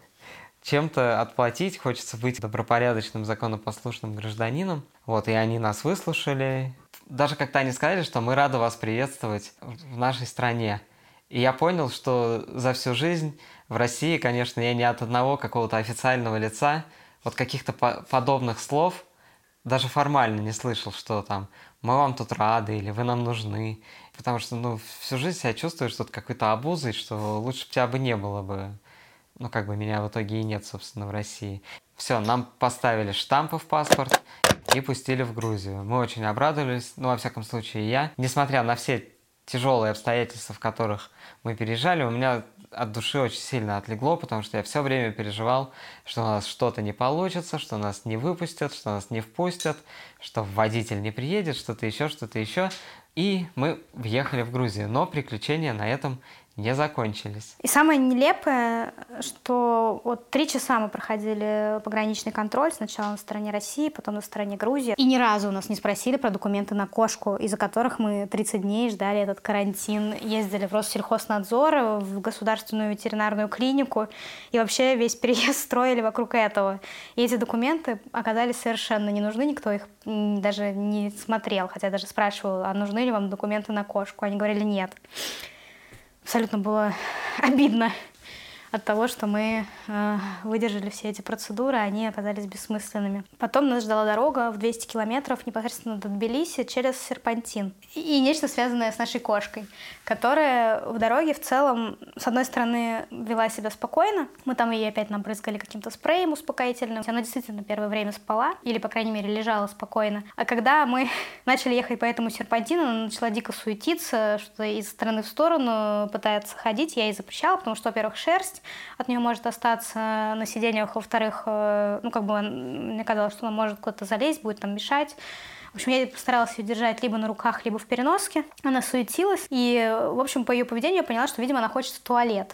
чем-то отплатить, хочется быть добропорядочным, законопослушным гражданином. Вот, и они нас выслушали. Даже как-то они сказали, что мы рады вас приветствовать в нашей стране. И я понял, что за всю жизнь в России, конечно, я ни от одного какого-то официального лица вот каких-то подобных слов даже формально не слышал, что там «мы вам тут рады» или «вы нам нужны». Потому что, всю жизнь себя чувствуешь тут какой-то обузой, что лучше бы тебя бы не было бы. Меня в итоге и нет, собственно, в России. Все, нам поставили штампы в паспорт и пустили в Грузию. Мы очень обрадовались, во всяком случае, я. Несмотря на все тяжелые обстоятельства, в которых мы переезжали, у меня от души очень сильно отлегло, потому что я все время переживал, что у нас что-то не получится, что нас не выпустят, что нас не впустят, что водитель не приедет, что-то еще. И мы въехали в Грузию, но приключения на этом не закончились. И самое нелепое, что 3 часа мы проходили пограничный контроль, сначала на стороне России, потом на стороне Грузии. И ни разу у нас не спросили про документы на кошку, из-за которых мы 30 дней ждали этот карантин. Ездили в Россельхознадзор, в государственную ветеринарную клинику. И вообще весь переезд строили вокруг этого. И эти документы оказались совершенно не нужны, никто их даже не смотрел. Хотя я даже спрашивала, а нужны ли вам документы на кошку? Они говорили, нет. абсолютно было обидно от того, что мы выдержали все эти процедуры, а они оказались бессмысленными. Потом нас ждала дорога в 200 километров непосредственно до Тбилиси через серпантин. И нечто связанное с нашей кошкой, которая в дороге в целом, с одной стороны, вела себя спокойно. Мы там ей опять набрызгали каким-то спреем успокоительным. Она действительно первое время спала, или, по крайней мере, лежала спокойно. А когда мы начали ехать по этому серпантину, она начала дико суетиться, что из стороны в сторону пытается ходить. Я ей запрещала, потому что, во-первых, шерсть от нее может остаться на сиденьях, во-вторых, мне казалось, что она может куда-то залезть, будет там мешать. В общем, я постаралась ее держать либо на руках, либо в переноске. Она суетилась, и, в общем, по ее поведению я поняла, что, видимо, она хочет в туалет.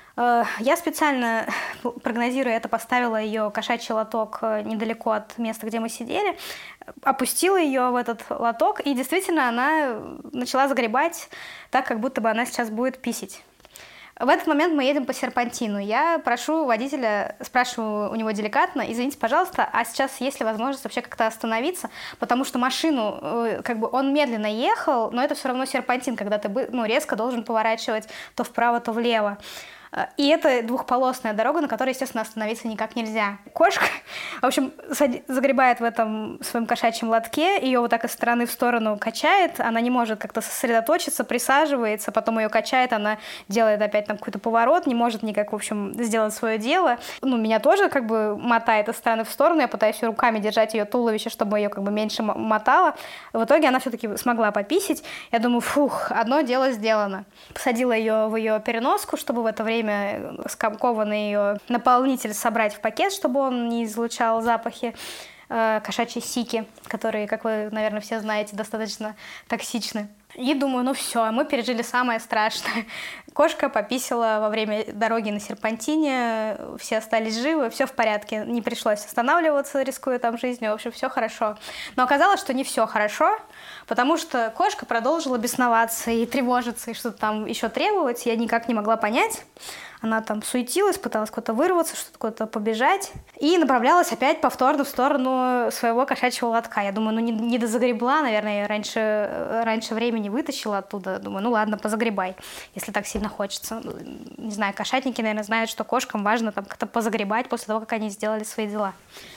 Я специально, прогнозируя это, поставила ее кошачий лоток недалеко от места, где мы сидели, опустила ее в этот лоток, и действительно она начала загребать так, как будто бы она сейчас будет писить. В этот момент мы едем по серпантину. Я прошу водителя, спрашиваю у него деликатно: извините, пожалуйста, а сейчас есть ли возможность вообще как-то остановиться? Потому что машину, он медленно ехал, но это все равно серпантин, когда ты резко должен поворачивать то вправо, то влево. И это двухполосная дорога, на которой, естественно, остановиться никак нельзя. Кошка, в общем, загребает в этом своем кошачьем лотке, ее вот так из стороны в сторону качает, она не может как-то сосредоточиться, присаживается, потом ее качает, она делает опять там какой-то поворот, не может никак, в общем, сделать свое дело. Меня тоже как бы мотает из стороны в сторону, я пытаюсь руками держать ее туловище, чтобы ее как бы меньше мотало. В итоге она все-таки смогла пописить. Я думаю, одно дело сделано. Посадила ее в ее переноску, чтобы в это время скомкованный ее наполнитель собрать в пакет, чтобы он не излучал запахи кошачьей сики, которые, как вы, наверное, все знаете, достаточно токсичны. И думаю, все, мы пережили самое страшное. Кошка пописала во время дороги на серпантине, все остались живы, все в порядке, не пришлось останавливаться, рискуя там жизнью, в общем, все хорошо. Но оказалось, что не все хорошо, потому что кошка продолжила бесноваться и тревожиться, и что-то там еще требовать, я никак не могла понять. Она там суетилась, пыталась куда-то вырваться, что-то куда-то побежать. И направлялась опять повторно в сторону своего кошачьего лотка. Я думаю, не дозагребла, наверное, я раньше времени вытащила оттуда. Думаю, ладно, позагребай, если так сильно хочется. Не знаю, кошатники, наверное, знают, что кошкам важно там как-то позагребать после того, как они сделали свои дела.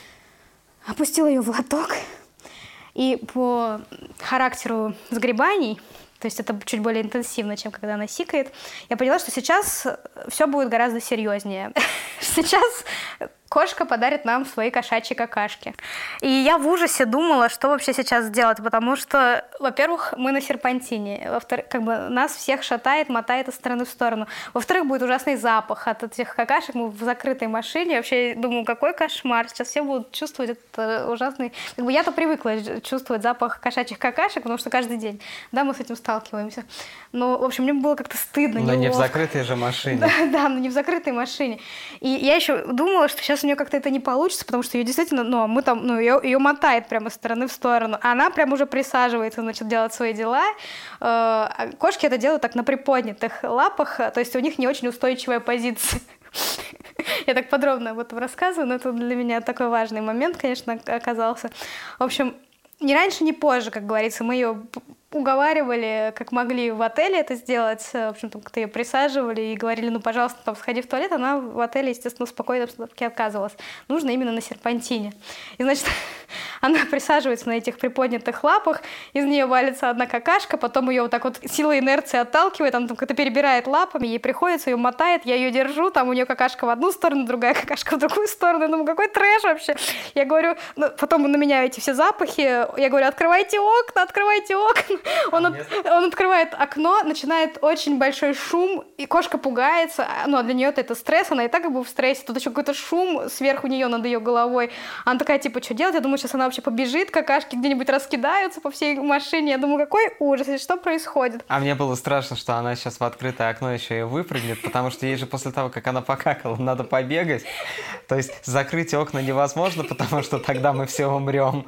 Опустила ее в лоток. И по характеру сгребаний, то есть это чуть более интенсивно, чем когда она сикает, я поняла, что сейчас все будет гораздо серьезнее. Сейчас кошка подарит нам свои кошачьи какашки. И я в ужасе думала, что вообще сейчас сделать, потому что, во-первых, мы на серпантине, во-вторых, нас всех шатает, мотает из стороны в сторону. Во-вторых, будет ужасный запах от этих какашек, мы в закрытой машине. Вообще, думаю, какой кошмар, сейчас все будут чувствовать этот ужасный... Я-то привыкла чувствовать запах кошачьих какашек, потому что каждый день, мы с этим сталкиваемся. Но, в общем, мне было как-то стыдно. Но не в закрытой же машине. Да, но не в закрытой машине. И я еще думала, что сейчас у нее как-то это не получится, потому что ее действительно, ее мотает прямо из стороны в сторону. А она прям уже присаживается, делать свои дела. Кошки это делают так на приподнятых лапах, то есть у них не очень устойчивая позиция. Я так подробно об этом рассказываю, но это для меня такой важный момент, конечно, оказался. В общем, ни раньше, ни позже, как говорится, мы ее уговаривали, как могли, в отеле это сделать. В общем, как-то ее присаживали и говорили, пожалуйста, сходи в туалет. Она в отеле, естественно, в спокойной обстановке отказывалась. Нужно именно на серпантине. И, значит, она присаживается на этих приподнятых лапах, из нее валится одна какашка, потом ее вот так вот силой инерции отталкивает, она там как-то перебирает лапами, ей приходится, ее мотает, я ее держу, там у нее какашка в одну сторону, другая какашка в другую сторону. Я думаю, какой трэш вообще. Я говорю, потом на меня эти все запахи, я говорю, открывайте окна. Он открывает окно, начинает очень большой шум, и кошка пугается. Для нее это стресс, она и так в стрессе. Тут еще какой-то шум сверху нее над ее головой. Она такая, что делать? Я думаю, сейчас она вообще побежит, какашки где-нибудь раскидаются по всей машине. Я думаю, какой ужас, и что происходит? А мне было страшно, что она сейчас в открытое окно еще и выпрыгнет, потому что ей же после того, как она покакала, надо побегать. То есть закрыть окна невозможно, потому что тогда мы все умрем.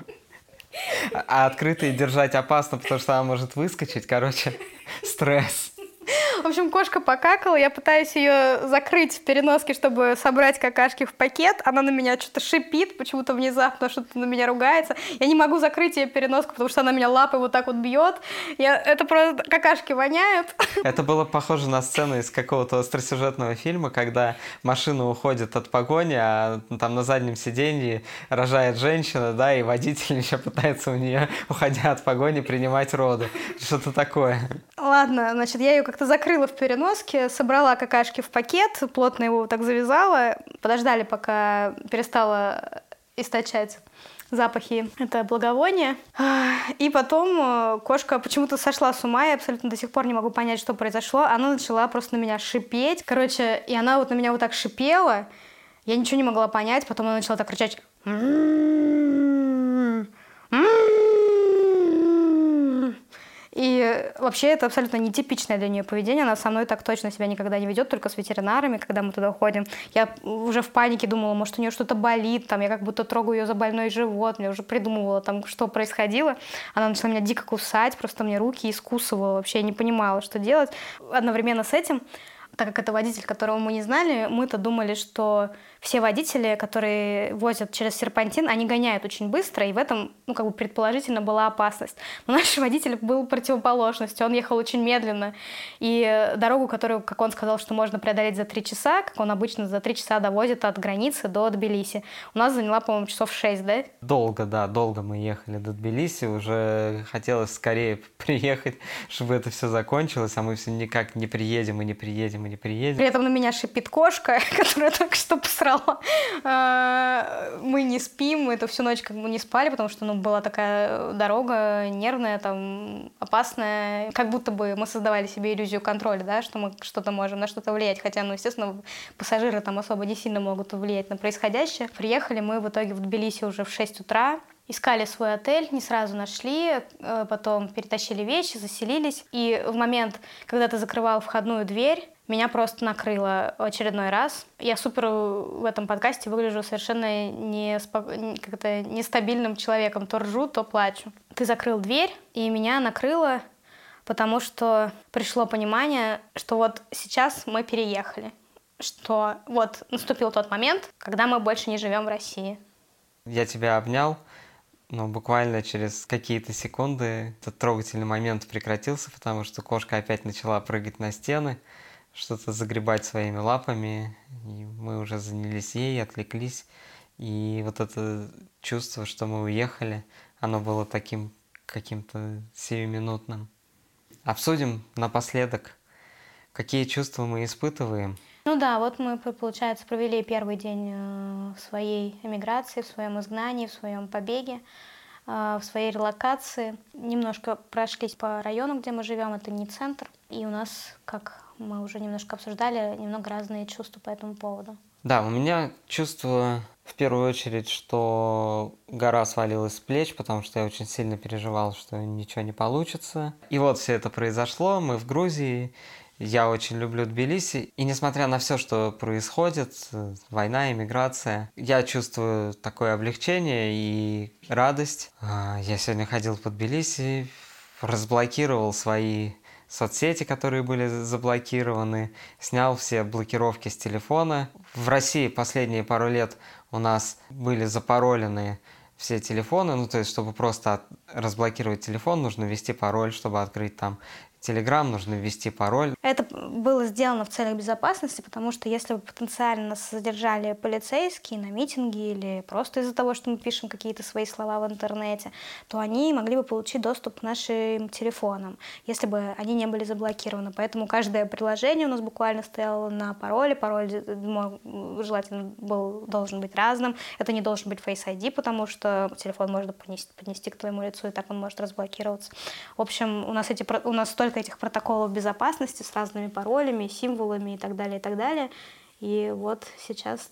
А открытые держать опасно, потому что она может выскочить. Короче, стресс. В общем, кошка покакала, я пытаюсь ее закрыть в переноске, чтобы собрать какашки в пакет. Она на меня что-то шипит, почему-то внезапно что-то на меня ругается. Я не могу закрыть ее переноску, потому что она меня лапой вот так вот бьет. Это просто какашки воняют. Это было похоже на сцену из какого-то остросюжетного фильма, когда машина уходит от погони, а там на заднем сиденье рожает женщина, да, и водитель еще пытается у нее, уходя от погони, принимать роды. Что-то такое. Ладно, значит, я ее как-то закрыла в переноске, собрала какашки в пакет, плотно его вот так завязала. Подождали, пока перестала источать запахи, это благовоние. И потом кошка почему-то сошла с ума, я абсолютно до сих пор не могу понять, что произошло. Она начала просто на меня шипеть. Короче, и она вот на меня вот так шипела. Я ничего не могла понять, потом она начала так кричать. И вообще это абсолютно нетипичное для нее поведение. Она со мной так точно себя никогда не ведет, только с ветеринарами, когда мы туда ходим. Я уже в панике думала, может, у нее что-то болит, там, я как будто трогаю ее за больной живот, я уже придумывала, там, что происходило. Она начала меня дико кусать, просто мне руки искусывала, вообще я не понимала, что делать. Одновременно с этим, так как это водитель, которого мы не знали, мы-то думали, что все водители, которые возят через серпантин, они гоняют очень быстро, и в этом, предположительно была опасность. Но наш водитель был противоположностью, он ехал очень медленно, и дорогу, которую, как он сказал, что можно преодолеть за 3 часа, как он обычно за 3 часа довозит от границы до Тбилиси, у нас заняла, по-моему, часов 6, да? Долго мы ехали до Тбилиси, уже хотелось скорее приехать, чтобы это все закончилось, а мы все никак не приедем. При этом на меня шипит кошка, которая только что посрала. Мы не спим, мы эту всю ночь как бы не спали, потому что была такая дорога нервная, там, опасная. Как будто бы мы создавали себе иллюзию контроля, да, что мы что-то можем на что-то влиять. Хотя, естественно, пассажиры там особо не сильно могут влиять на происходящее. Приехали мы в итоге в Тбилиси уже в 6 утра. Искали свой отель, не сразу нашли, потом перетащили вещи, заселились. И в момент, когда ты закрывал входную дверь, меня просто накрыло в очередной раз. Я супер в этом подкасте выгляжу совершенно нестабильным человеком. То ржу, то плачу. Ты закрыл дверь, и меня накрыло, потому что пришло понимание, что вот сейчас мы переехали. Что вот наступил тот момент, когда мы больше не живем в России. Я тебя обнял. Но буквально через какие-то секунды этот трогательный момент прекратился, потому что кошка опять начала прыгать на стены, что-то загребать своими лапами, и мы уже занялись ей, отвлеклись. И вот это чувство, что мы уехали, оно было таким каким-то сиюминутным. Обсудим напоследок, какие чувства мы испытываем. Вот мы, получается, провели первый день своей эмиграции, в своем изгнании, в своем побеге, в своей релокации. Немножко прошлись по району, где мы живем, это не центр. И у нас, как мы уже немножко обсуждали, немного разные чувства по этому поводу. Да, у меня чувство в первую очередь, что гора свалилась с плеч, потому что я очень сильно переживал, что ничего не получится. И вот все это произошло, мы в Грузии. Я очень люблю Тбилиси, и несмотря на все, что происходит, война, иммиграция, я чувствую такое облегчение и радость. Я сегодня ходил по Тбилиси, разблокировал свои соцсети, которые были заблокированы, снял все блокировки с телефона. В России последние пару лет у нас были запаролены все телефоны, то есть, чтобы просто разблокировать телефон, нужно ввести пароль, чтобы открыть там Telegram, нужно ввести пароль. Это было сделано в целях безопасности, потому что если бы потенциально нас задержали полицейские на митинге или просто из-за того, что мы пишем какие-то свои слова в интернете, то они могли бы получить доступ к нашим телефонам, если бы они не были заблокированы. Поэтому каждое приложение у нас буквально стояло на пароле. Пароль желательно должен быть разным. Это не должен быть Face ID, потому что телефон можно поднести к твоему лицу, и так он может разблокироваться. В общем, у нас столько этих протоколов безопасности с разными паролями, символами и так далее, и так далее. И вот сейчас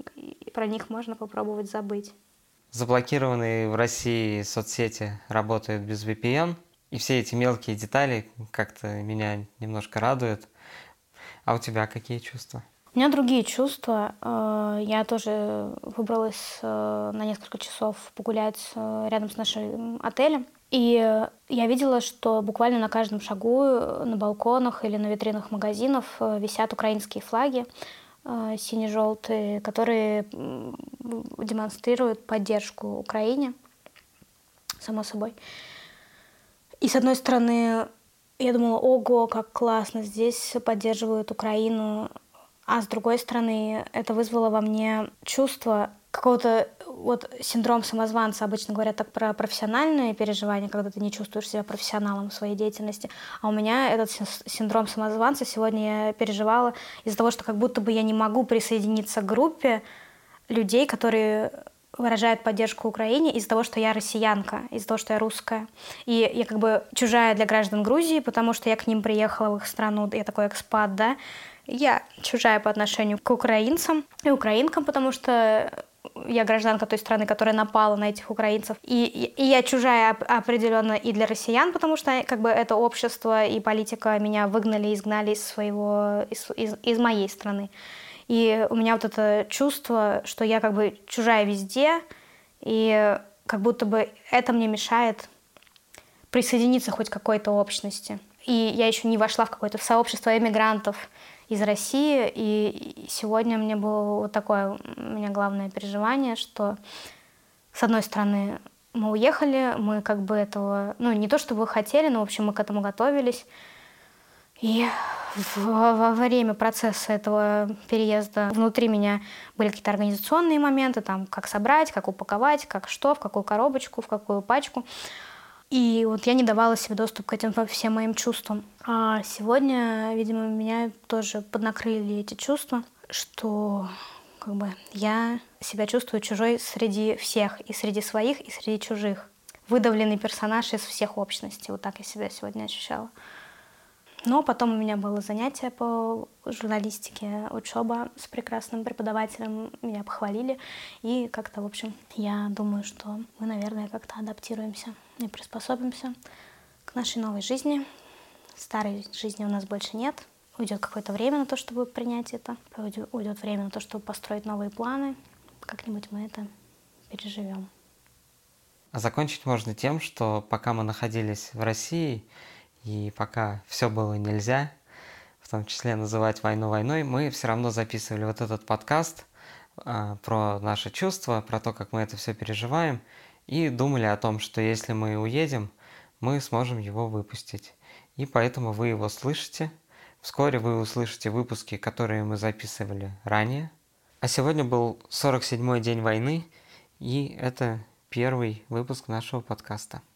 про них можно попробовать забыть. Заблокированные в России соцсети работают без VPN, и все эти мелкие детали как-то меня немножко радуют. А у тебя какие чувства? У меня другие чувства. Я тоже выбралась на несколько часов погулять рядом с нашим отелем. И я видела, что буквально на каждом шагу, на балконах или на витринах магазинов висят украинские флаги сине-желтые, которые демонстрируют поддержку Украине, само собой. И с одной стороны, я думала, ого, как классно, здесь поддерживают Украину. А с другой стороны, это вызвало во мне чувство какого-то вот синдром самозванца. Обычно говорят так про профессиональные переживания, когда ты не чувствуешь себя профессионалом в своей деятельности. А у меня этот синдром самозванца сегодня я переживала из-за того, что как будто бы я не могу присоединиться к группе людей, которые выражают поддержку Украине из-за того, что я россиянка, из-за того, что я русская. И я как бы чужая для граждан Грузии, потому что я к ним приехала в их страну, я такой экспат, да. Я чужая по отношению к украинцам и украинкам, потому что я гражданка той страны, которая напала на этих украинцев. И я чужая определенно и для россиян, потому что как бы это общество и политика меня выгнали, изгнали из моей страны. И у меня вот это чувство, что я как бы чужая везде, и как будто бы это мне мешает присоединиться хоть к какой-то общности. И я еще не вошла в какое-то сообщество эмигрантов из России, и сегодня мне было вот такое у меня главное переживание, что с одной стороны мы уехали, мы как бы этого, ну не то чтобы хотели, но в общем мы к этому готовились. И во время процесса этого переезда внутри меня были какие-то организационные моменты, там, как собрать, как упаковать, как что, в какую коробочку, в какую пачку. И вот я не давала себе доступ к этим всем моим чувствам. А сегодня, видимо, меня тоже поднакрыли эти чувства, что как бы я себя чувствую чужой среди всех, и среди своих, и среди чужих. Выдавленный персонаж из всех общностей. Вот так я себя сегодня ощущала. Но потом у меня было занятие по журналистике, учеба с прекрасным преподавателем, меня похвалили. И как-то, в общем, я думаю, что мы, наверное, как-то адаптируемся и приспособимся к нашей новой жизни. Старой жизни у нас больше нет. Уйдет какое-то время на то, чтобы принять это. Уйдет время на то, чтобы построить новые планы. Как-нибудь мы это переживем. А закончить можно тем, что пока мы находились в России, и пока все было нельзя, в том числе называть войну войной, мы все равно записывали вот этот подкаст про наши чувства, про то, как мы это все переживаем, и думали о том, что если мы уедем, мы сможем его выпустить. И поэтому вы его слышите. Вскоре вы услышите выпуски, которые мы записывали ранее. А сегодня был 47-й день войны, и это первый выпуск нашего подкаста.